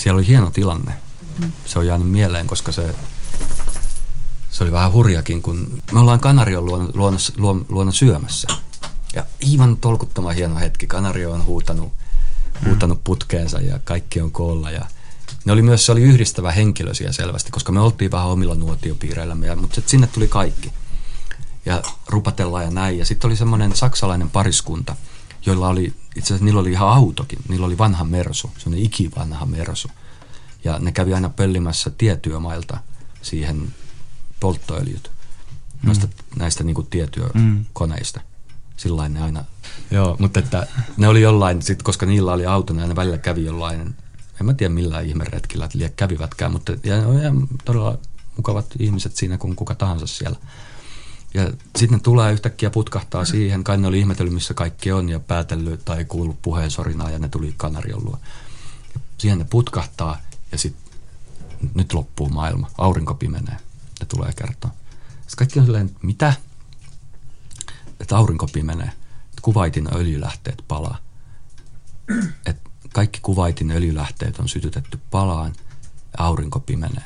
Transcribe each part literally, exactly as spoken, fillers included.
siellä oli hieno tilanne. Se on jäänyt mieleen, koska se, se oli vähän hurjakin, kun me ollaan Kanarion luona, luona, luona syömässä. Ja aivan tolkuttoman hieno hetki. Kanario on huutanut, huutanut putkeensa ja kaikki on koolla. Ja ne oli myös, se oli yhdistävä henkilö siellä selvästi, koska me oltiin vähän omilla nuotiopiireillämme, mutta sinne tuli kaikki. Ja rupatellaan ja näin. Ja sitten oli semmoinen saksalainen pariskunta, joilla oli, itse asiassa niillä oli ihan autokin. Niillä oli vanha Mersu, semmoinen ikivanha Mersu. Ja ne kävi aina pöllimässä tietyömailta siihen polttoöljyt. Mm. Noista, näistä niin kuin tietyökoneista. Mm. Sillain ne aina. Joo, mutta että ne oli jollain, sit, koska niillä oli autona ja ne välillä kävi jollain, en mä tiedä millään ihmeretkillä, että liian kävivätkään, mutta ja, ja todella mukavat ihmiset siinä kuin kuka tahansa siellä. Ja sitten ne tulee yhtäkkiä putkahtaa siihen, kai ne oli ihmetellyt missä kaikki on ja päätellyt tai kuullut puheen sorinaa ja ne tuli Kanarion luo. Ja siihen ne putkahtaa ja sitten nyt loppuu maailma, aurinko pimenee, ne tulee kertoa. Sitten kaikki on silleen, mitä? Että aurinko pimenee, että Kuwaitin öljylähteet palaa. Että kaikki Kuwaitin öljylähteet on sytytetty palaan ja aurinko pimenee.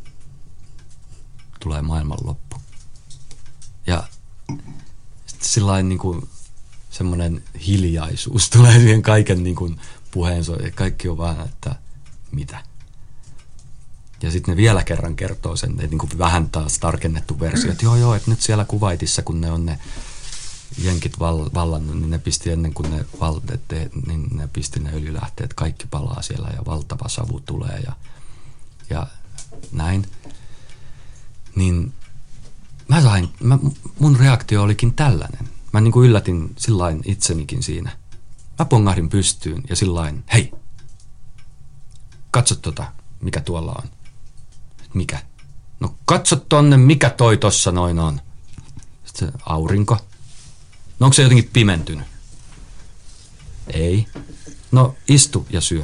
Tulee maailmanloppu. Ja sitten sillain niin kuin semmoinen hiljaisuus tulee siihen kaiken niin kuin puheensa. Kaikki on vaan, että mitä? Ja sitten ne vielä kerran kertoo sen, että niin kuin vähän taas tarkennettu versio, että joo joo, että nyt siellä Kuwaitissa, kun ne on ne jenkit val, vallannut, niin ne pisti ennen kuin ne, val, ette, niin ne pisti ne öljylähteet, kaikki palaa siellä ja valtava savu tulee ja, ja näin. Niin mä sain, mä, mun reaktio olikin tällainen. Mä niin kuin yllätin sillain itsenikin siinä. Mä pongahdin pystyyn ja sillain, hei, katso tota, mikä tuolla on. Mikä? No katso tonne, mikä toi tossa noin on. Sitten se aurinko. No onko se jotenkin pimentynyt? Ei. No istu ja syö.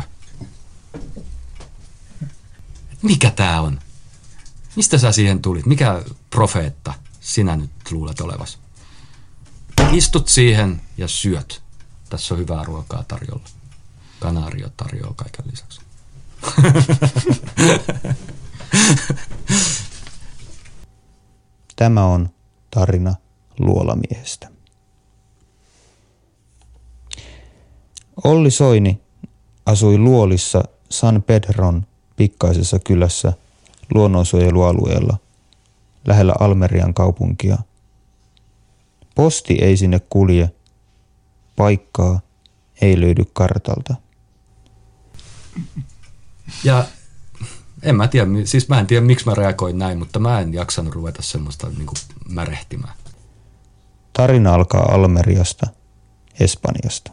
Mikä tää on? Mistä sä siihen tulit? Mikä profeetta sinä nyt luulet olevas? Istut siihen ja syöt. Tässä on hyvää ruokaa tarjolla. Kanario tarjoaa kaiken lisäksi. Tämä on tarina luolamiehestä. Olli Soini asui Luolissa San Pedron pikkaisessa kylässä luonnonsuojelualueella lähellä Almerian kaupunkia. Posti ei sinne kulje, paikkaa ei löydy kartalta. Ja en mä tiedä, siis mä en tiedä miksi mä reagoin näin, mutta mä en jaksanut ruveta semmoista niin kuin märehtimään. Tarina alkaa Almeriasta, Espanjasta.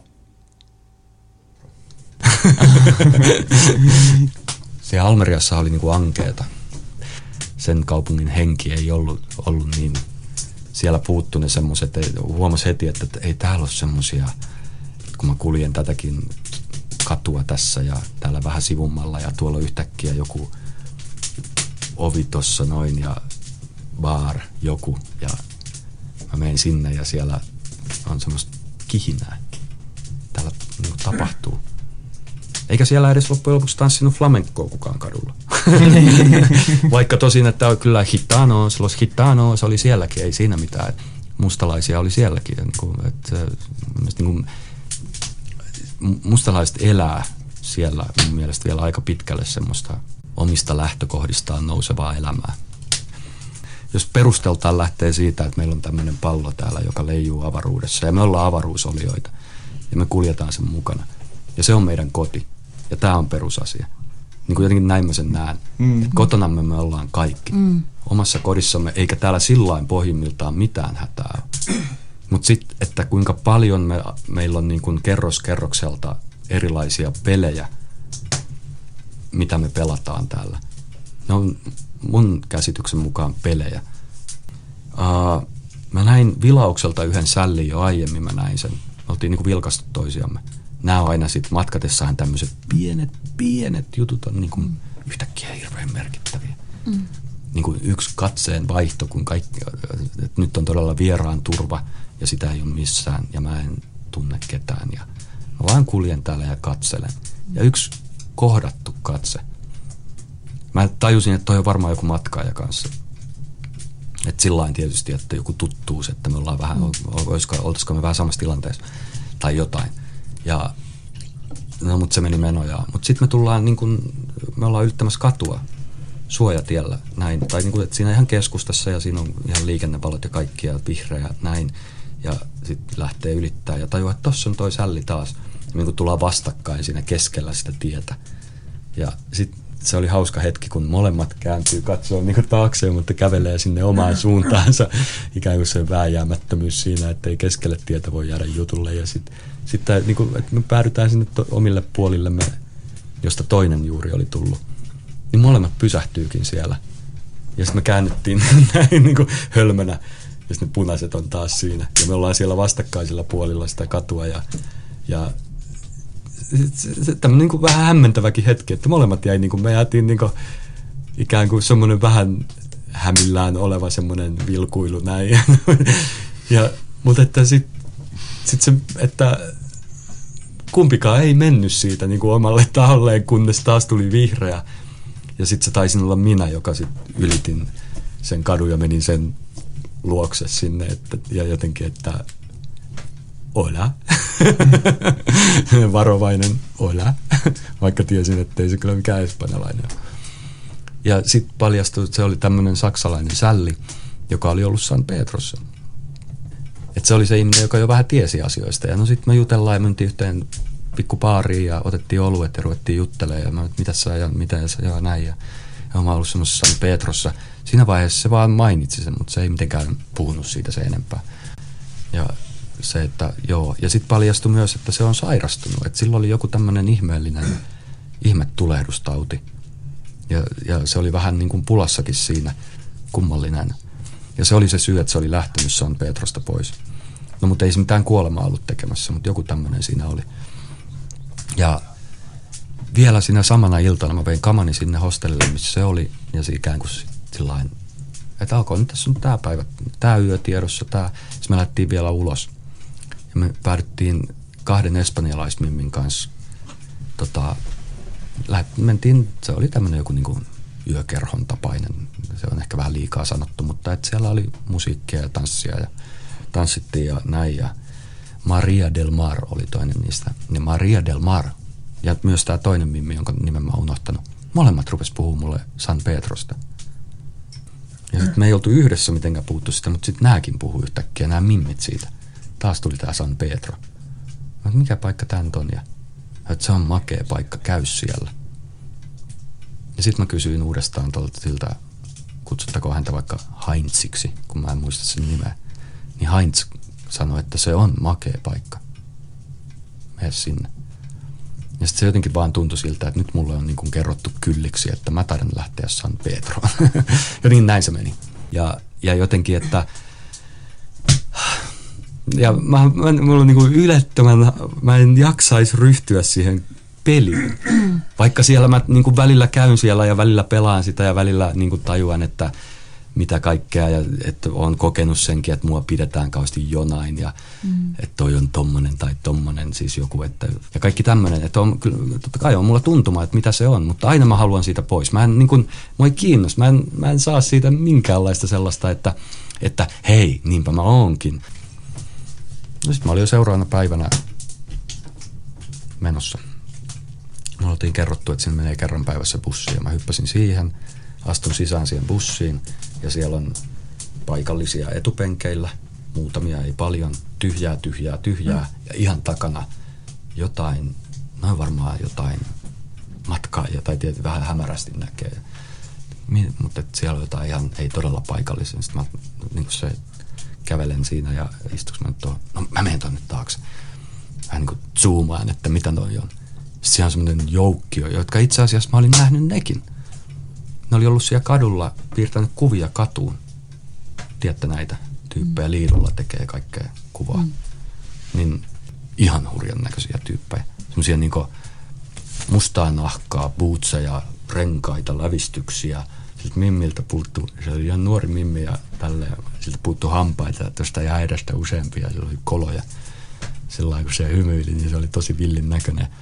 Se Almeriassa oli niin kuin ankeeta. Sen kaupungin henki ei ollut, ollut niin, siellä puuttu ne semmoiset, huomasi heti, että ei täällä ole semmoisia, kun mä kuljen tätäkin katua tässä ja täällä vähän sivummalla ja tuolla yhtäkkiä joku ovi tossa noin ja bar joku ja mä menen sinne ja siellä on semmoista kihinää. Täällä niin tapahtuu. Eikä siellä edes loppujen lopuksi tanssinut flamencoa kukaan kadulla. Vaikka tosin, että on kyllä gitanos, los gitanos oli sielläkin, ei siinä mitään. Mustalaisia oli sielläkin. Niin kuin, että, niin kuin, mustalaiset elää siellä mun mielestä vielä aika pitkälle semmoista omista lähtökohdistaan nousevaa elämää. Jos perusteltaan lähtee siitä, että meillä on tämmöinen pallo täällä, joka leijuu avaruudessa ja me ollaan avaruusolioita ja me kuljetaan sen mukana. Ja se on meidän koti. Ja tämä on perusasia. Niin kuin jotenkin näin mä sen näen. Mm. Että kotonamme me ollaan kaikki. Mm. Omassa kodissamme, eikä täällä sillain pohjimmiltaan mitään hätää ole. Mutta sitten, että kuinka paljon me, meillä on niin kuin kerros kerrokselta erilaisia pelejä, mitä me pelataan täällä. Ne on mun käsityksen mukaan pelejä. Uh, mä näin vilaukselta yhden sällin jo aiemmin, mä näin sen. Me oltiin niin kuin vilkastu toisiamme. Nämä on aina sitten matkatessahan tämmöiset pienet, pienet jutut on niin kuin yhtäkkiä hirveän merkittäviä. Mm. Niin kuin yksi katseen vaihto, kun kaikki, että nyt on todella vieraan turva ja sitä ei ole missään ja mä en tunne ketään. Ja mä vaan kuljen täällä ja katselen. Ja yksi kohdattu katse Mä tajusin, että toi on varmaan joku matkaaja kanssa. Että sillain tietysti, että joku tuttuus, että me ollaan vähän, mm. oltaisiko me vähän samassa tilanteessa tai jotain. Ja no, mutta se meni menojaan. Mutta sitten me tullaan, niin kun, me ollaan ylittämässä katua suojatiellä näin. Tai niin kun, että siinä ihan keskustassa ja siinä on ihan liikennevalot ja kaikki ja vihreä ja näin. Ja sitten lähtee ylittää ja tajuaa, että tossa on toi sälli taas. Ja niin kun tullaan vastakkain siinä keskellä sitä tietä. Ja sitten se oli hauska hetki, kun molemmat kääntyy katsoa niin kuin taakseen, mutta kävelee sinne omaan suuntaansa. Ikään kuin se vääjäämättömyys siinä, että ei keskelle tietä voi jäädä jutulle. Ja sitten sit, niin että me päädytään sinne to, omille puolillemme, josta toinen juuri oli tullut. Niin molemmat pysähtyykin siellä. Ja sitten me käännyttiin näin niin kuin hölmönä. Ja sitten ne punaiset on taas siinä. Ja me ollaan siellä vastakkaisilla puolilla sitä katua ja... ja tämmöinen niin vähän hämmentäväkin hetki, että molemmat jäi, niin kuin, me jäätiin niin kuin, ikään kuin semmoinen vähän hämillään oleva semmoinen vilkuilu näin. ja, mutta että sitten sit se, että kumpikaan ei mennyt siitä niin kuin omalle taholleen, kunnes taas tuli vihreä. Ja sitten se taisin olla minä, joka sitten ylitin sen kadun ja menin sen luokse sinne. Että, ja jotenkin, että hola. Varovainen hola. Vaikka tiesin, että ei se kyllä mikään espanjalainen. Ja sitten paljastui, että se oli tämmöinen saksalainen sälli, joka oli ollut San Pedrossa. Että se oli se ihminen, joka jo vähän tiesi asioista. Ja no sitten me jutellaan ja mentiin yhteen pikkupaariin ja otettiin oluet ja ruvettiin juttelemaan. Ja mä että mitä sä ja mitä sä ja näin. Ja, ja mä oon ollut semmoisessa San Pedrossa. Siinä vaiheessa se vaan mainitsi sen, mutta se ei mitenkään puhunut siitä se enempää. Ja se, että joo. Ja sitten paljastui myös, että se on sairastunut. Että sillä oli joku tämmöinen ihmeellinen ihmetulehdustauti. Ja, ja se oli vähän niin kuin pulassakin siinä, kummallinen. Ja se oli se syy, että se oli lähtenyt San Pedrosta pois. No mutta ei se mitään kuolemaa ollut tekemässä, mutta joku tämmöinen siinä oli. Ja vielä siinä samana iltana mä vein kamani sinne hostellille, missä se oli. Ja se ikään kuin sillain, että alkoi nyt tässä on tää päivä, tää yö tiedossa, tää. Sitten me lähdettiin vielä ulos. Ja me päädyttiin kahden espanjalaismimmin kanssa. Tota, läht, mentiin, se oli tämmöinen joku niinku yökerhon tapainen. Se on ehkä vähän liikaa sanottu, mutta että siellä oli musiikkia ja tanssia ja tanssittiin ja näin. Ja Maria del Mar oli toinen niistä. Ja Maria del Mar ja myös tämä toinen mimmi, jonka nimen mä oon unohtanut. Molemmat rupes puhua mulle San Pedrosta. Ja sitten me ei oltu yhdessä mitenkään puhuttu sitä, mutta sitten nääkin puhuu yhtäkkiä, nämä mimmit siitä. Taas tuli tämä San Pedro. Mä, mikä paikka tää nyt on? Ja että se on makea paikka, käy siellä. Ja sitten mä kysyin uudestaan tuolta siltä, kutsuttakoon häntä vaikka Heinziksi, kun mä en muista sen nimeä. Niin Heinz sanoi, että se on makea paikka. Mene sinne. Ja sitten se jotenkin vaan tuntui siltä, että nyt mulle on niin kuin kerrottu kylliksi, että mä taidan lähteä San Pedroon. Ja niin näin se meni. Ja, ja jotenkin, että ja mä, mä, mulla on niin kuin ylettömän, mä en jaksaisi ryhtyä siihen peliin. Vaikka siellä mä niin kuin välillä käyn siellä ja välillä pelaan sitä ja välillä niin kuin tajuan, että mitä kaikkea ja että olen kokenut senkin, että mua pidetään kauheasti jonain ja mm. että toi on tommonen tai tommonen siis joku, että ja kaikki tämmöinen, että on, totta kai on mulla tuntuma, että mitä se on, mutta aina mä haluan siitä pois. Mä en niin kuin, mua ei kiinnosta, mä en, mä en saa siitä minkäänlaista sellaista, että, että hei, niinpä mä oonkin. No sit mä olin jo seuraavana päivänä menossa. Me oltiin kerrottu, että sinne menee kerran päivässä bussi ja mä hyppäsin siihen, astun sisään siihen bussiin ja siellä on paikallisia etupenkeillä, muutamia ei paljon, tyhjää, tyhjää, tyhjää mm. ja ihan takana jotain, noin varmaan jotain matkaajia tai tietysti vähän hämärästi näkee, mutta siellä on jotain ihan ei todella paikallisia. Sitten mä niin kuin se kävelen siinä ja istuks mä nyt tuohon, no mä menen tuonne taakse, vähän niin kuin zoomaan, että mitä noi on. Siellä on semmoinen joukkio, jotka itse asiassa mä olin nähnyt nekin. Ne oli ollut siellä kadulla, piirtänyt kuvia katuun. Tiedätte näitä tyyppejä, mm. liidulla tekee kaikkea kuvaa. Mm. Niin ihan hurjan näköisiä tyyppejä. Semmoisia niinku mustaa nahkaa, bootseja, renkaita, lävistyksiä. Siltä mimmiltä puuttuu, se oli ihan nuori mimmi ja tälleen, siltä puuttuu hampaita, tuosta ja äidästä useampia, sillä oli koloja. Sellainen kun se hymyili, niin se oli tosi villin näköinen.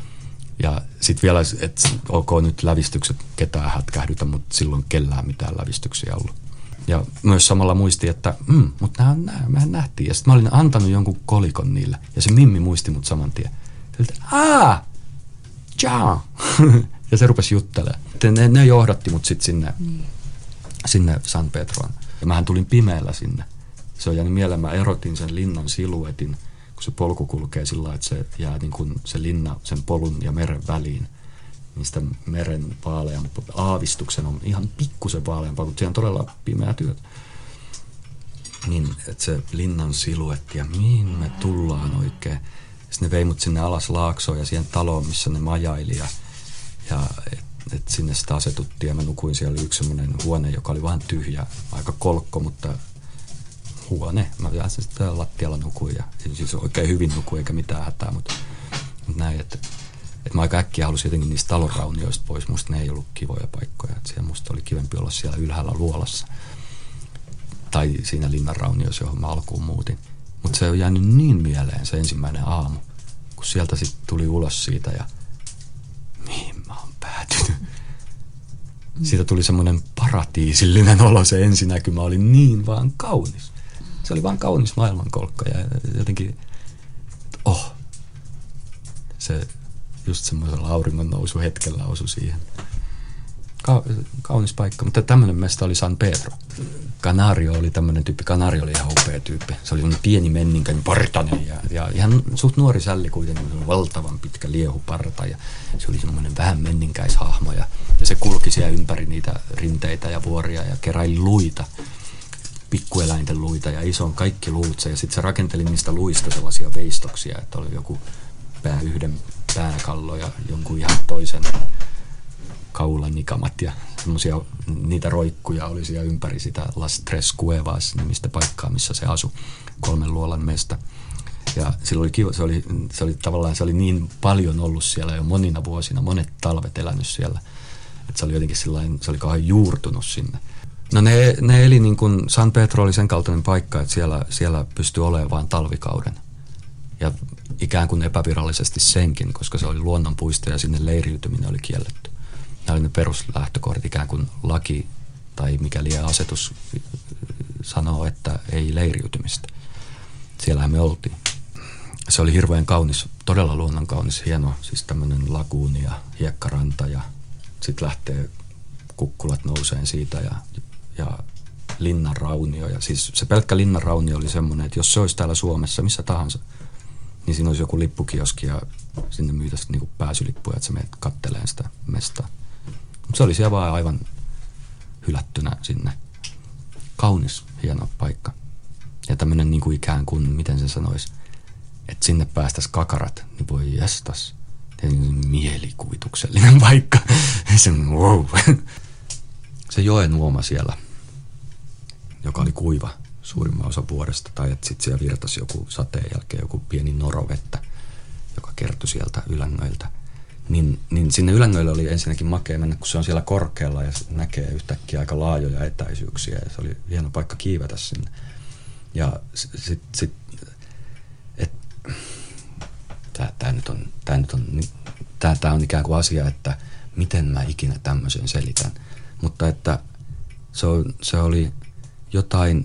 Ja sitten vielä, että ok nyt lävistykset ketään hätkähdytä, mutta silloin kellään mitään lävistyksiä ollut. Ja myös samalla muisti, että mm, mutta nämä, nämä, mehän nähtiin. Ja sitten mä olin antanut jonkun kolikon niille. Ja se Mimmi muisti mut saman tien. Että aah, tjaa. Ja se rupesi juttelemaan. Ne, ne johdatti mut sitten sinne, mm. sinne San Pedroon. Ja mähän tulin pimeällä sinne. Se on jäänyt mieleen, mä erotin sen linnan siluetin, kun se polku kulkee sillä lailla, että se jää niin kuin se linna sen polun ja meren väliin. Niin sitä meren vaalean aavistuksen on ihan pikkusen vaaleampaa, mutta siellä on todella pimeä työt. Niin, että se linnan siluetti ja mihin me tullaan oikein. Sitten ne vei mut sinne alas laaksoon ja siihen taloon, missä ne majaili. Ja, ja et, et sinne sitä asetuttiin ja mä nukuin. Siellä oli yksi semmoinen huone, joka oli vähän tyhjä, aika kolkko, mutta huone. Mä jääsin sitten lattialla nukuin ja siis oikein hyvin nukuin eikä mitään hätää, mutta, mutta näin, että et mä aika äkkiä halusin jotenkin niistä talonraunioista pois. Musta ne ei ollut kivoja paikkoja. Et siellä musta oli kivempi olla siellä ylhäällä luolassa. Tai siinä linnanraunioissa, johon mä alkuun muutin. Mutta se on jäänyt niin mieleen se ensimmäinen aamu, kun sieltä sitten tuli ulos siitä ja mihin mä oon päätynyt. Siitä tuli semmoinen paratiisillinen olo. Se ensinäkymä oli niin vaan kaunis. Se oli vaan kaunis maailmankolkka ja jotenkin, oh, se just semmoisella auringon nousu hetkellä osui siihen. Ka- kaunis paikka, mutta tämmöinen mesta oli San Pedro. Canario oli tämmöinen tyyppi, Canario oli ihan upea tyyppi. Se oli pieni menninkä, partainen ja, ja ihan suht nuori sälli kuitenkin, valtavan pitkä liehuparta ja se oli semmoinen vähän menninkäishahmo ja, ja se kulki siellä ympäri niitä rinteitä ja vuoria ja keräili luita, pikkueläinten luita ja ison kaikki luut ja sitten se rakenteli niistä luista sellaisia veistoksia, että oli joku pää yhden pääkallo ja jonkun ihan toisen kaulanikamat ja semmoisia, niitä roikkuja oli siellä ympäri sitä Las Tres Cuevas nimistä paikkaa, missä se asui, kolmen luolan mesta. Ja silloin oli kiva, se oli, se oli tavallaan, se oli niin paljon ollut siellä jo monina vuosina, monet talvet elänyt siellä, että se oli jotenkin sillain, se oli kauhean juurtunut sinne. No ne, ne eli niin kuin San Pedro oli sen kaltainen paikka, että siellä, siellä pystyi olemaan vain talvikauden. Ja ikään kuin epävirallisesti senkin, koska se oli luonnonpuisto ja sinne leiriytyminen oli kielletty. Nämä oli ne peruslähtökohdat, ikään kuin laki tai mikäli asetus sanoo, että ei leiriytymistä. Siellähän me oltiin. Se oli hirveän kaunis, todella luonnon kaunis, hieno, siis tämmöinen laguuni ja hiekkaranta ja sitten lähtee kukkulat nouseen siitä ja, ja linnanraunio. Ja siis se pelkkä linnanraunio oli semmoinen, että jos se olisi täällä Suomessa, missä tahansa, niin siinä olisi joku lippukioski ja sinne myytäisiin niinku pääsylippuja, että sä menet katteleen sitä mestaa. Mutta se oli siellä vaan aivan hylättynä sinne. Kaunis, hieno paikka. Ja tämmöinen niinku ikään kuin, miten sen sanoisi, että sinne päästäisiin kakarat, niin voi jestas. Mielikuvituksellinen paikka. Se, wow. Se joen uoma siellä, joka oli kuiva suurimman osa vuodesta, tai että sitten siellä virtasi joku sateen jälkeen joku pieni norovettä, joka kertui sieltä ylängöiltä. Niin, niin sinne ylängöille oli ensinnäkin makea mennä, kun se on siellä korkealla ja näkee yhtäkkiä aika laajoja etäisyyksiä ja se oli hieno paikka kiivetä sinne. Ja sitten, sit, että tämä nyt on, tää nyt on, tää, tää on ikään kuin asia, että miten mä ikinä tämmöisen selitän. Mutta että se, on, se oli jotain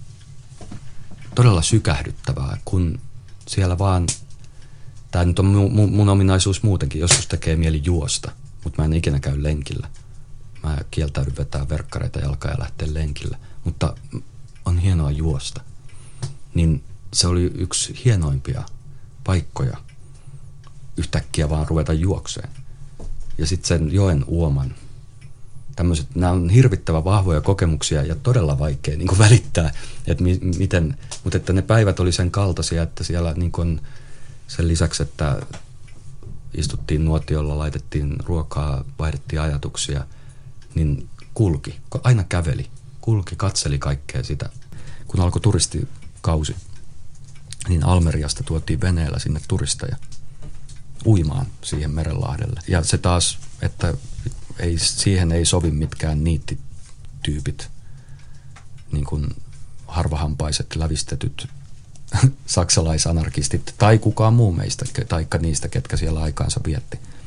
todella sykähdyttävää, kun siellä vaan, tämä nyt on mun, mun ominaisuus muutenkin, joskus tekee mieli juosta, mutta mä en ikinä käy lenkillä. Mä kieltäydyn vetää verkkareita jalkaan ja lähteä lenkillä, mutta on hienoa juosta. Niin se oli yksi hienoimpia paikkoja yhtäkkiä vaan ruveta juokseen. Ja sitten sen joen uoman. Tämmöiset, nämä on hirvittävän vahvoja kokemuksia ja todella vaikea niin kuin välittää, että mi, miten, mutta että ne päivät oli sen kaltaisia, että siellä niin kuin sen lisäksi, että istuttiin nuotiolla, laitettiin ruokaa, vaihdettiin ajatuksia, niin kulki, aina käveli, kulki, katseli kaikkea sitä. Kun alkoi turistikausi, niin Almeriasta tuotiin veneellä sinne turisteja uimaan siihen merenlahdelle. Ja se taas, että ei, siihen ei sovi mitkään niittityypit, niin kuin harvahampaiset, lävistetyt saksalaisanarkistit tai kukaan muu meistä, taikka niistä, ketkä siellä aikaansa vietti.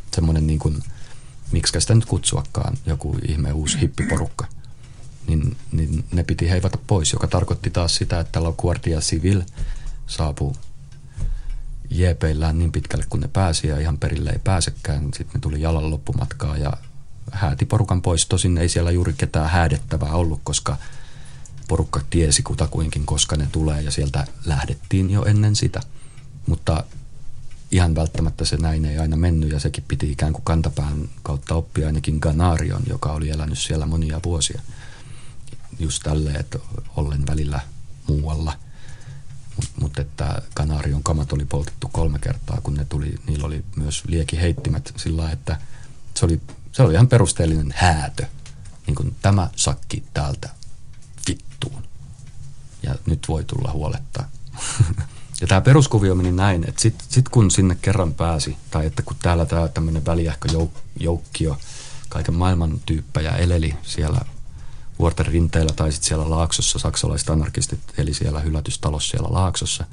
semmoinen niin kuin, miksikä sitä nyt kutsuakaan, joku ihme uusi hippiporukka, niin, niin ne piti heivata pois, joka tarkoitti taas sitä, että La Guardia Civil saapui jeepeillään niin pitkälle kuin ne pääsi ja ihan perille ei pääsekään. Sitten ne tuli jalan loppumatkaa ja hääti porukan pois. Tosin ei siellä juuri ketään häädettävää ollut, koska porukka tiesi kutakuinkin, koska ne tulee ja sieltä lähdettiin jo ennen sitä. Mutta ihan välttämättä se näin ei aina mennyt ja sekin piti ikään kuin kantapään kautta oppia ainakin Ganarion, joka oli elänyt siellä monia vuosia. Just tälleen, että ollen välillä muualla. Mutta mut että Ganarion kamat oli poltettu kolme kertaa, kun ne tuli, niillä oli myös liekiheittimet sillä lailla, että se oli, se oli ihan perusteellinen häätö. Niin kuin tämä sakki täältä vittuun. Ja nyt voi tulla huolettaa. Ja tämä peruskuvio meni näin, että sitten sit kun sinne kerran pääsi, tai että kun täällä tämä tämmöinen väliähkö jouk- joukkio, kaiken maailman tyyppejä eleli siellä vuorten rinteillä tai sitten siellä Laaksossa, saksalaiset anarkistit eli siellä hylätystalossa siellä Laaksossa.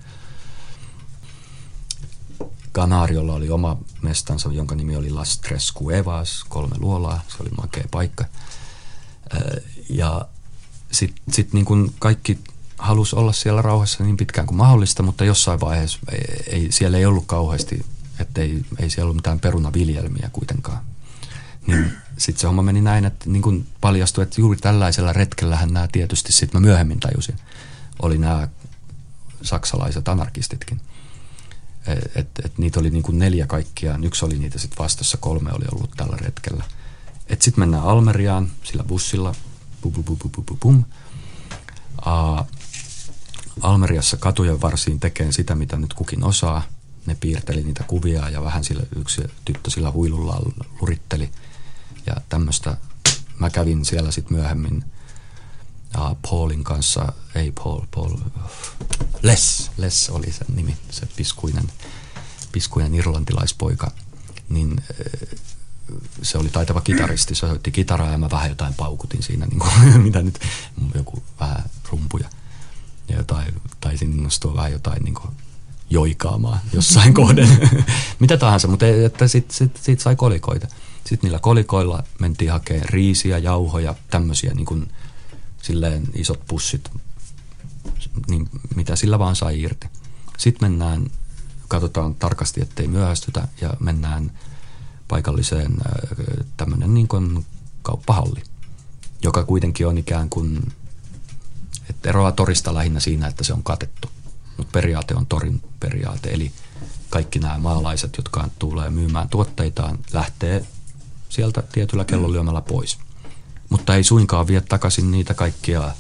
Ganariolla oli oma mestansa, jonka nimi oli Las Tres Cuevas, kolme luolaa, se oli makea paikka. Ja sitten sit niin kuin kaikki halusi olla siellä rauhassa niin pitkään kuin mahdollista, mutta jossain vaiheessa ei, ei, siellä ei ollut kauheasti, että ei, ei siellä ollut mitään perunaviljelmiä kuitenkaan. Niin sitten se homma meni näin, että niin kuin paljastui, että juuri tällaisella retkellähän nämä tietysti, sitten mä myöhemmin tajusin, oli nämä saksalaiset anarkistitkin. Että et, et niitä oli niin kuin neljä kaikkiaan, yksi oli niitä sitten vastassa, kolme oli ollut tällä retkellä. Että sitten mennään Almeriaan sillä bussilla, bum, bum, bum, bum, bum, bum. Uh, Almeriassa katujen varsiin tekee sitä, mitä nyt kukin osaa. Ne piirteli niitä kuvia ja vähän sillä, yksi tyttö sillä huilulla luritteli. Ja tämmöistä. Mä kävin siellä sitten myöhemmin uh, Paulin kanssa, ei Paul, Paul, Les, Les oli sen nimi, se piskuinen, piskuinen irlantilaispoika. Niin se oli taitava kitaristi, se soitti kitaraa ja mä vähän jotain paukutin siinä, niin kuin, mitä nyt, joku vähän rumpuja. Ja jotain, taisin innostua vähän jotain niin kuin joikaamaan jossain kohden. Mitä tahansa, mutta että sitten sit, sit sai kolikoita. Sitten niillä kolikoilla mentiin hakemaan riisiä, jauhoja, tämmöisiä niin kuin silleen isot pussit, niin mitä sillä vaan sai irti. Sitten mennään, katsotaan tarkasti, ettei myöhästytä ja mennään paikalliseen tämmöinen niin kuin kauppahalli, joka kuitenkin on ikään kuin, että eroaa torista lähinnä siinä, että se on katettu. Mutta periaate on torin periaate, eli kaikki nämä maalaiset, jotka tulee myymään tuotteitaan, lähtee sieltä tietyllä kellonlyömällä pois. Mutta ei suinkaan vie takaisin niitä kaikkia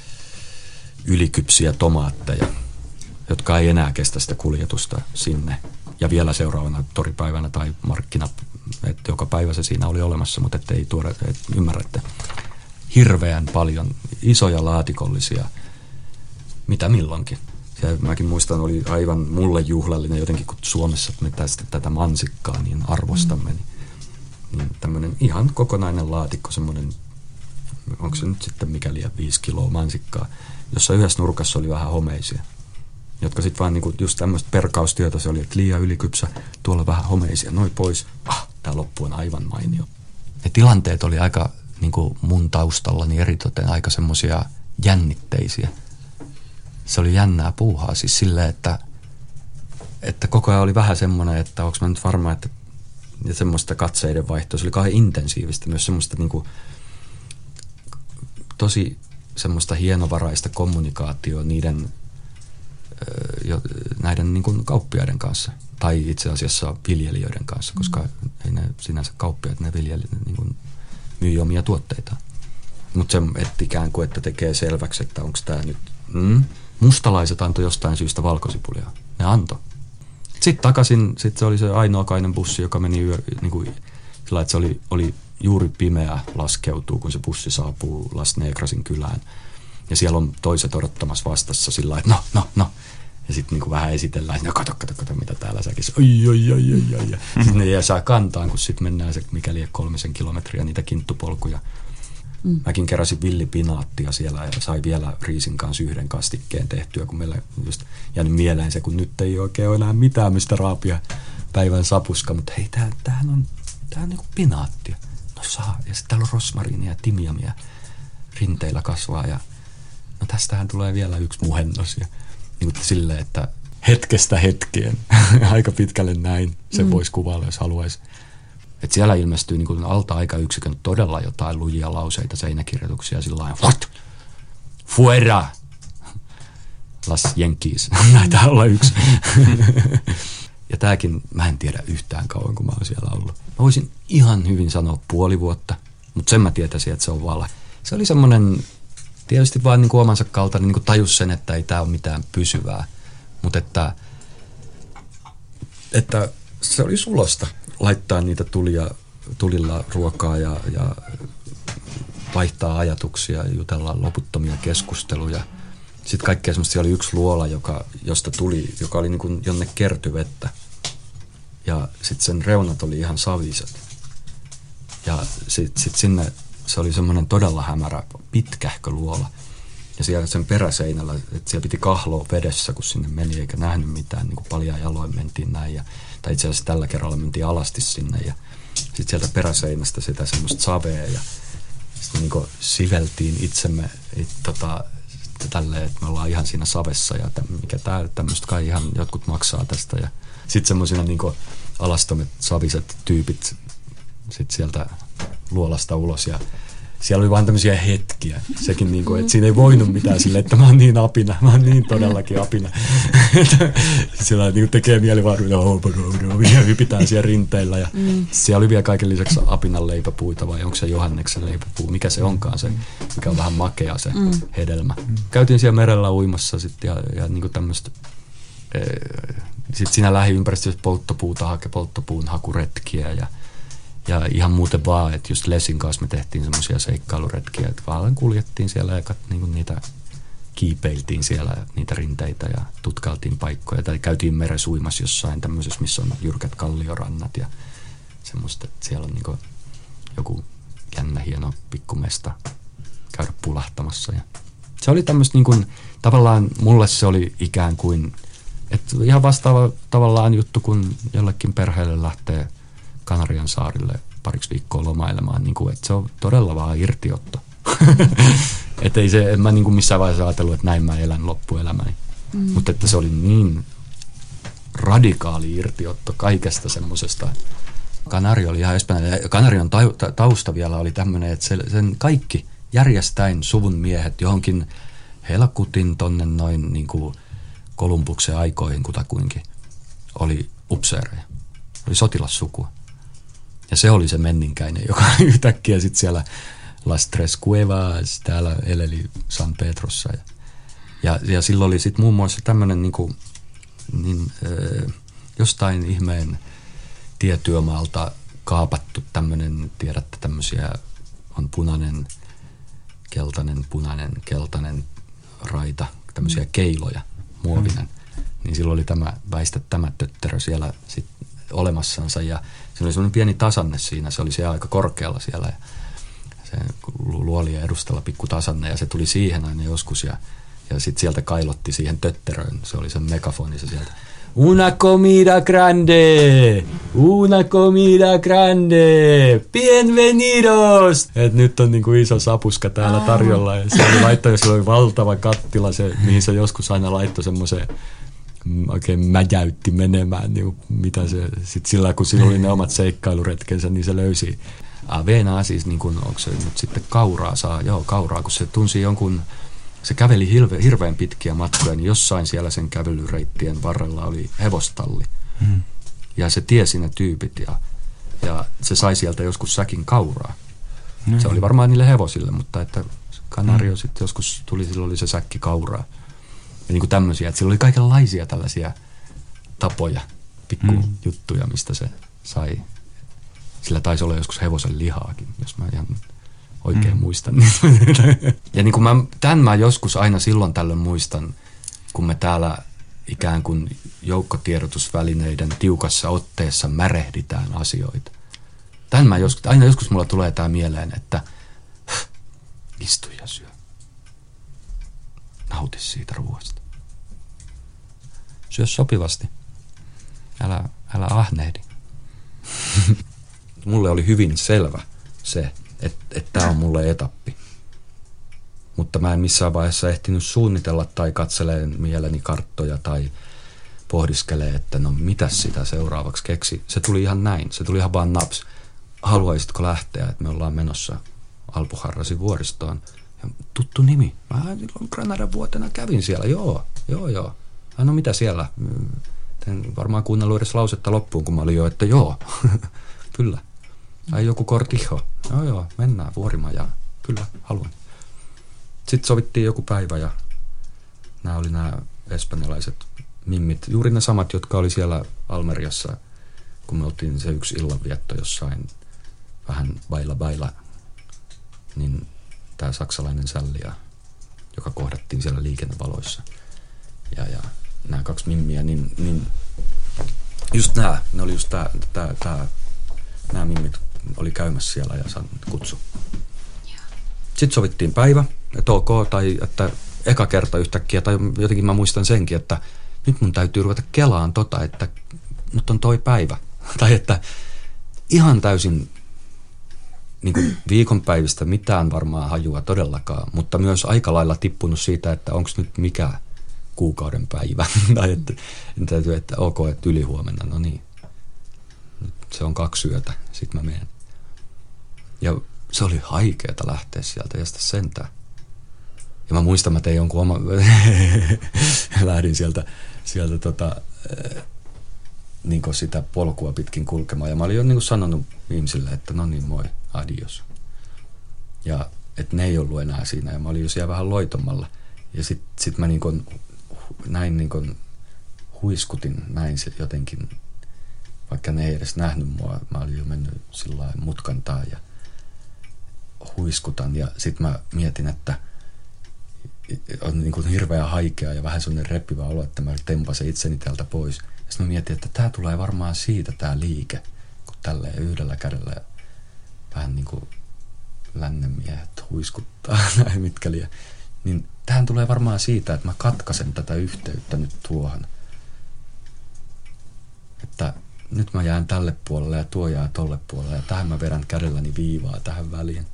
ylikypsiä tomaatteja, jotka ei enää kestä sitä kuljetusta sinne. Ja vielä seuraavana toripäivänä tai markkina, että joka päivä se siinä oli olemassa, mutta ettei tuoda, et ymmärrätte. Hirveän paljon isoja laatikollisia, mitä milloinkin. Ja mäkin muistan, oli aivan mulle juhlallinen jotenkin, kun Suomessa me tästä tätä mansikkaa niin arvostamme. Niin, niin tämmöinen ihan kokonainen laatikko, semmoinen, onko se nyt sitten mikä liian viisi kiloa mansikkaa, jossa yhdessä nurkassa oli vähän homeisia. Jotka sitten vaan niinku just tämmöistä perkaustyötä se oli, että liian ylikypsä, tuolla vähän homeisia, noin pois. Ah, tää loppu on aivan mainio. Ne tilanteet oli aika niinku mun taustallani eritoten aika semmoisia jännitteisiä. Se oli jännää puuhaa siis silleen, että, että koko ajan oli vähän semmoinen, että onko mä nyt varma, että ja semmoista katseiden vaihtoa. Se oli kauhean intensiivistä, myös semmoista niinku tosi semmoista hienovaraista kommunikaatioa niiden jo, näiden niin kuin kauppiaiden kanssa tai itse asiassa viljelijöiden kanssa, koska mm. ei ne sinänsä kauppiaat, ne viljelijät niin kuin myy omia tuotteitaan. Mutta se että ikään kuin, että tekee selväksi, että onko tämä nyt mm, mustalaiset antoi jostain syystä valkosipulia. Ne antoi. Sitten takaisin, sitten se oli se ainoakainen bussi, joka meni yö, niin kuin, sillä että se oli, oli juuri pimeä laskeutuu, kun se bussi saapuu Las Negrasin kylään. Ja siellä on toiset odottamassa vastassa sillä että no, no, no. Ja sitten niinku vähän esitellään, no kato, kato, kato, mitä täällä säkin. Ai, ai, ai, ai, ai. Sitten ne jää saa kantaan, kun sitten mennään se mikäli kolmisen kilometriä niitä kinttupolkuja. Mm. Mäkin keräsin villipinaattia siellä ja sai vielä riisin kanssa yhden kastikkeen tehtyä, kun meillä just jäänyt mieleen se, kun nyt ei oikein ole enää mitään, mistä raapia päivän sapuska. Mutta hei, tämähän on, tää on niinku pinaattia. No saa. Ja sitten täällä on rosmariinia ja timiamia rinteillä kasvaa. Ja no tästähän tulee vielä yksi muhennos. Ja niin kuin silleen, että hetkestä hetkeen. Aika pitkälle näin. Sen mm. voisi kuvailla, jos haluaisi. Että siellä ilmestyy niin kuin alta aikayksikön todella jotain lujia lauseita, seinäkirjoituksia sillä lailla. What? Fuera! Las Yankees. Näitä olla yksi. Ja tääkin, mä en tiedä yhtään kauan, kun mä oon siellä ollut. Mä voisin ihan hyvin sanoa puoli vuotta, mutta sen mä tietäisin, että se on vala. Se oli semmoinen, tietysti vaan niin kuin omansa kaltainen, niin kuin tajus sen, että ei tää ole mitään pysyvää. Mutta että, että se oli sulosta laittaa niitä tulia, tulilla ruokaa ja, ja vaihtaa ajatuksia, jutella loputtomia keskusteluja. Sitten kaikkea semmoista, siellä oli yksi luola, joka, josta tuli, joka oli niin kuin jonne kertyi vettä. Ja sitten sen reunat oli ihan saviset. Ja sitten sit sinne, se oli semmoinen todella hämärä, pitkähkö luola. Ja siellä sen peräseinällä, että siellä piti kahloa vedessä, kun sinne meni, eikä nähnyt mitään, niin kuin paljaan jaloin mentiin näin. Ja, tai itse asiassa tällä kerralla mentiin alasti sinne ja sitten sieltä peräseinästä sitä semmoista savea. Ja sitten niin kuin siveltiin itsemme it, tota, tälleen, että me ollaan ihan siinä savessa ja täm, mikä tää, tämmöistä kai ihan jotkut maksaa tästä. Ja sitten semmoisina niin kuin alastomet, saviset tyypit sitten sieltä luolasta ulos ja siellä oli vaan tämmöisiä hetkiä. Sekin niin kuin, että siinä ei voinut mitään silleen, että mä oon niin apina. Mä oon niin todellakin apina. Siellä niin tekee mieli vaan, ja hypitään siellä rinteillä. Ja mm. siellä oli vielä kaiken lisäksi apinan leipäpuita vai onko se Johanneksen leipäpuu. Mikä se onkaan se, mikä on vähän makea se mm. hedelmä. Mm. Käytiin siellä merellä uimassa sitten ja, ja niin kuin tämmöistä. E, sitten siinä lähiympäristössä polttopuuta hake, polttopuun hakuretkiä ja Ja ihan muuten vaan, että just Lesin kanssa me tehtiin semmoisia seikkailuretkiä, että vaan kuljettiin siellä ja kat, niin niin kiipeiltiin siellä niitä rinteitä ja tutkailtiin paikkoja. Tai käytiin meressä uimassa jossain tämmöisessä, missä on jyrkät kalliorannat ja semmoista, että siellä on niin joku jännä hieno pikkumesta käydä pulahtamassa. Ja se oli tämmöistä niin kuin, tavallaan mulle se oli ikään kuin, että ihan vastaava tavallaan juttu, kun jollekin perheelle lähtee Kanarian saarille pariksi viikkoa lomailemaan, niin kuin, että se on todella vaan irtiotto. Että ei se, en mä niin kuin missään vaiheessa ajatellut, että näin mä elän loppuelämäni. Mm. Mutta että se oli niin radikaali irtiotto kaikesta semmosesta. Kanari oli ihan espanjalainen. Kanarian tausta vielä oli tämmöinen, että se, sen kaikki järjestäin suvun miehet johonkin helkutin tonne noin niin kuin Kolumbuksen aikoihin kutakuinkin oli upseereja. Oli sotilassukua. Ja se oli se menninkäinen, joka yhtäkkiä sitten siellä Las Tres Cuevas täällä eleli San Pedrossa. Ja, ja, ja silloin oli sitten muun muassa tämmöinen niinku, niin, äh, jostain ihmeen tietyömaalta kaapattu tämmöinen, tiedätte tämmöisiä, on punainen, keltainen, punainen, keltainen raita, tämmöisiä keiloja, muovinen. Mm. Niin silloin oli tämä, väistä tämä tötterö siellä sitten olemassansa ja se oli semmoinen pieni tasanne siinä, se oli siellä aika korkealla siellä ja se luolien edustalla pikku tasanne ja se tuli siihen aina joskus ja, ja sitten sieltä kailotti siihen tötteröön, se oli sen megafoni se sieltä. Una comida grande, una comida grande, bienvenidos! Et nyt on niinku iso sapuska täällä tarjolla ja se oli laittoi ja sillä oli valtava kattila, se, mihin se joskus aina laittoi semmoiseen oikein mäjäytti menemään, niin mitä se, sit sillä kun sillä oli ne omat seikkailuretkensä, niin se löysi Avenaa siis, niin kuin, onko se nyt sitten kauraa saa, joo kauraa, kun se tunsi jonkun, se käveli hirve, hirveän pitkiä matkoja, niin jossain siellä sen kävelyreittien varrella oli hevostalli. Mm. Ja se tiesi ne tyypit ja, ja se sai sieltä joskus säkin kauraa. Mm. Se oli varmaan niille hevosille, mutta että Kanario mm. sitten joskus tuli, silloin oli se säkki kauraa. Ja niin kuin tämmöisiä, että sillä oli kaikenlaisia tällaisia tapoja, pikku mm. juttuja, mistä se sai. Sillä taisi olla joskus hevosen lihaakin, jos mä ihan oikein mm. muistan. Ja niin kuin mä, tämän mä joskus aina silloin tällöin muistan, kun me täällä ikään kuin joukkotiedotusvälineiden tiukassa otteessa märehditään asioita. Tämän mä joskus, aina joskus mulla tulee tää mieleen, että istu ja syö. Nauti siitä ruoasta. Syö sopivasti. Älä, älä ahnehdi. mulle oli hyvin selvä se, että et tämä on mulle etappi. Mutta mä en missään vaiheessa ehtinyt suunnitella tai katselee mieleni karttoja tai pohdiskelee, että no mitäs sitä seuraavaksi keksi. Se tuli ihan näin, se tuli ihan vaan naps. Haluaisitko lähteä, että me ollaan menossa Alpujarrasin vuoristoon? Ja tuttu nimi. Mä silloin Granadan vuotena kävin siellä, joo, joo, joo. No mitä siellä? En varmaan kuunnellut edes lausetta loppuun, kun mä olin jo, että joo, kyllä. Ai joku Cortijo. Joo, joo, mennään vuorimajaan. Kyllä, haluan. Sitten sovittiin joku päivä ja nämä oli nämä espanjalaiset mimmit. Juuri ne samat, jotka oli siellä Almeriassa, kun me oltiin se yksi illanvietto jossain vähän baila baila, niin tämä saksalainen sälliä, joka kohdattiin siellä liikennevaloissa. Ja, ja nämä kaksi mimmiä, niin, niin just nämä, ne oli just tää, tää, tää, nämä mimmit oli käymässä siellä ja saanut kutsu. Sitten sovittiin päivä, että ok, tai että eka kerta yhtäkkiä, tai jotenkin mä muistan senkin, että nyt mun täytyy ruveta kelaan tota, että nyt on toi päivä. Tai että ihan täysin niin kuin viikonpäivistä mitään varmaan hajua todellakaan, mutta myös aika lailla tippunut siitä, että onko nyt mikä kuukauden päivä. Tai että täytyy, että ok, että ylihuomenna, no niin. Nyt se on kaksi yötä, sit mä menen. Ja se oli haikeeta lähteä sieltä ja sitä sentään. Ja mä muistan, mä tein jonkun oma, lähdin sieltä, sieltä tota, niin kuin sitä polkua pitkin kulkemaan. Ja mä olin jo niin kuin sanonut ihmisille, että no niin, moi, adios. Ja että ne ei ollut enää siinä ja mä olin jo siellä vähän loitommalla. Ja sit, sit mä niin kuin, näin niin kuin huiskutin näin se jotenkin, vaikka ne ei edes nähnyt mua. Mä olin jo mennyt sillä mutkantaan ja huiskutan ja sit mä mietin, että on niin kuin hirveä haikea ja vähän sellainen repivä olo, että mä tempasen itseni täältä pois. Ja sitten mä mietin, että tää tulee varmaan siitä tää liike, kun tälleen yhdellä kädellä vähän niin kuin lännenmiehet huiskuttaa näin mitkäliä. Niin tähän tulee varmaan siitä, että mä katkaisen tätä yhteyttä nyt tuohon. Että nyt mä jään tälle puolelle ja tuo jää tolle puolelle ja tähän mä vedän kädelläni viivaa tähän väliin.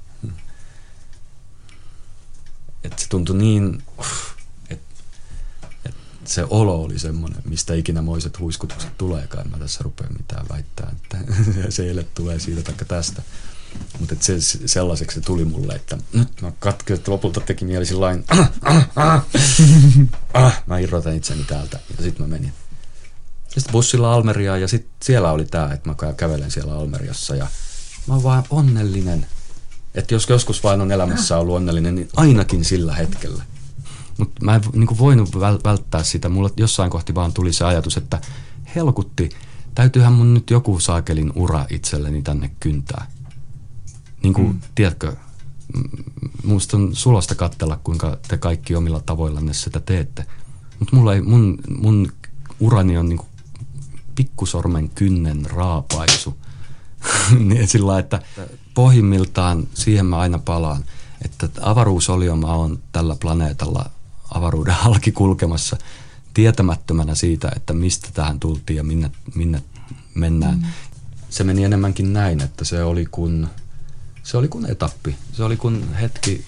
Että se tuntui niin, että et se olo oli semmoinen, mistä ikinä moiset huiskutukset tuleekaan. En mä tässä rupea mitään väittää, että se ele tulee siitä taikka tästä. Mutta se, sellaiseksi se tuli mulle, että nyt mä katkin, että lopulta teki mieli sillain, ah, ah, ah, ah, mä irrotan itseni täältä ja sitten mä menin. Sitten bussilla Almeriaan ja sitten siellä oli tää, että mä kävelen siellä Almeriassa ja mä oon vaan onnellinen. Että jos joskus vain on elämässä ollut onnellinen, niin ainakin sillä hetkellä. Mutta mä en niin voinut välttää sitä. Mulla jossain kohti vaan tuli se ajatus, että helkutti, täytyyhän mun nyt joku saakelin ura itselleni tänne kyntää. Niin kuin, mm. tiedätkö, musta on sulosta katsella, kuinka te kaikki omilla tavoillanne sitä teette. Mutta mulla ei, mun, mun urani on niin kuin pikkusormen kynnen raapaisu. Niin sillä että pohjimmiltaan siihen mä aina palaan, että avaruusolio mä oon tällä planeetalla avaruuden halki kulkemassa tietämättömänä siitä, että mistä tähän tultiin ja minne, minne mennään. Mm. Se meni enemmänkin näin, että se oli kun, se oli kun etappi. Se oli kun hetki,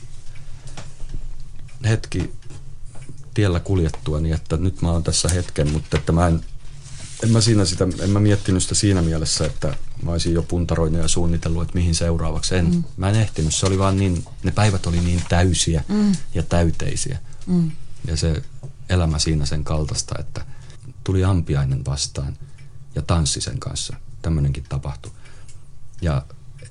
hetki tiellä kuljettua, niin että nyt mä oon tässä hetken, mutta että mä en En mä, siinä sitä, en mä miettinyt sitä siinä mielessä, että mä olisin jo puntaroinut ja suunnitellut, että mihin seuraavaksi. En. Mm. Mä en ehtinyt. Se oli vaan niin, ne päivät oli niin täysiä mm. ja täyteisiä. Mm. Ja se elämä siinä sen kaltaista, että tuli ampiainen vastaan ja tanssi sen kanssa. Tämmöinenkin tapahtui. Ja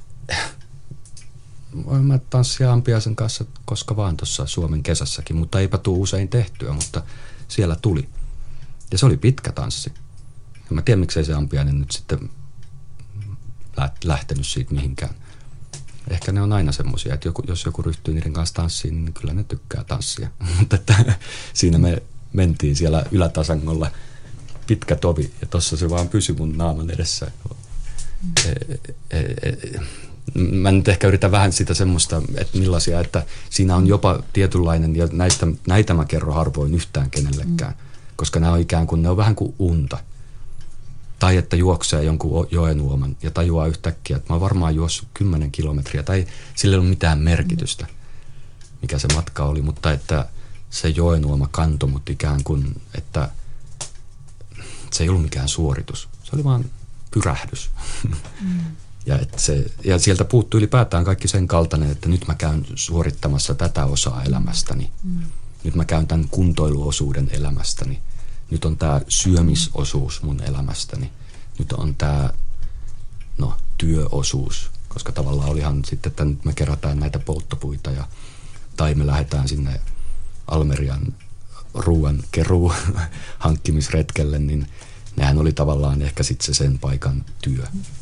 voin mä tanssia ampiaisen kanssa koska vaan tuossa Suomen kesässäkin, mutta eipä tule usein tehtyä, mutta siellä tuli. Ja se oli pitkä tanssi. En mä tiedä, miksei se ampiainen nyt sitten lähtenyt siitä mihinkään. Ehkä ne on aina semmoisia, että joku, jos joku ryhtyy niiden kanssa tanssiin, niin kyllä ne tykkää tanssia. Mutta että siinä me mentiin siellä ylätasangolla pitkä tovi ja tossa se vaan pysyi mun naaman edessä. E, e, e, mä nyt ehkä yritän vähän sitä semmoista, että millaisia, että siinä on jopa tietynlainen, ja näistä, näitä mä kerron harvoin yhtään kenellekään, koska nämä on ikään kuin, ne on vähän kuin unta. Tai että juoksee jonkun joenuoman ja tajuaa yhtäkkiä, että mä oon varmaan juossut kymmenen kilometriä. Tai sillä ei ollut mitään merkitystä, mikä se matka oli. Mutta että se joenuoma kantoi mut ikään kuin, että se ei ollut mikään suoritus. Se oli vaan pyrähdys. Mm. ja, että se, ja sieltä puuttui ylipäätään kaikki sen kaltainen, että nyt mä käyn suorittamassa tätä osaa elämästäni. Mm. Nyt mä käyn tämän kuntoiluosuuden elämästäni. Nyt on tämä syömisosuus mun elämästäni. Nyt on tämä no, työosuus, koska tavallaan olihan sitten, että nyt me kerätään näitä polttopuita ja, tai me lähdetään sinne Almerian ruuan keruu hankkimisretkelle, niin nehän oli tavallaan ehkä sitten se sen paikan työ.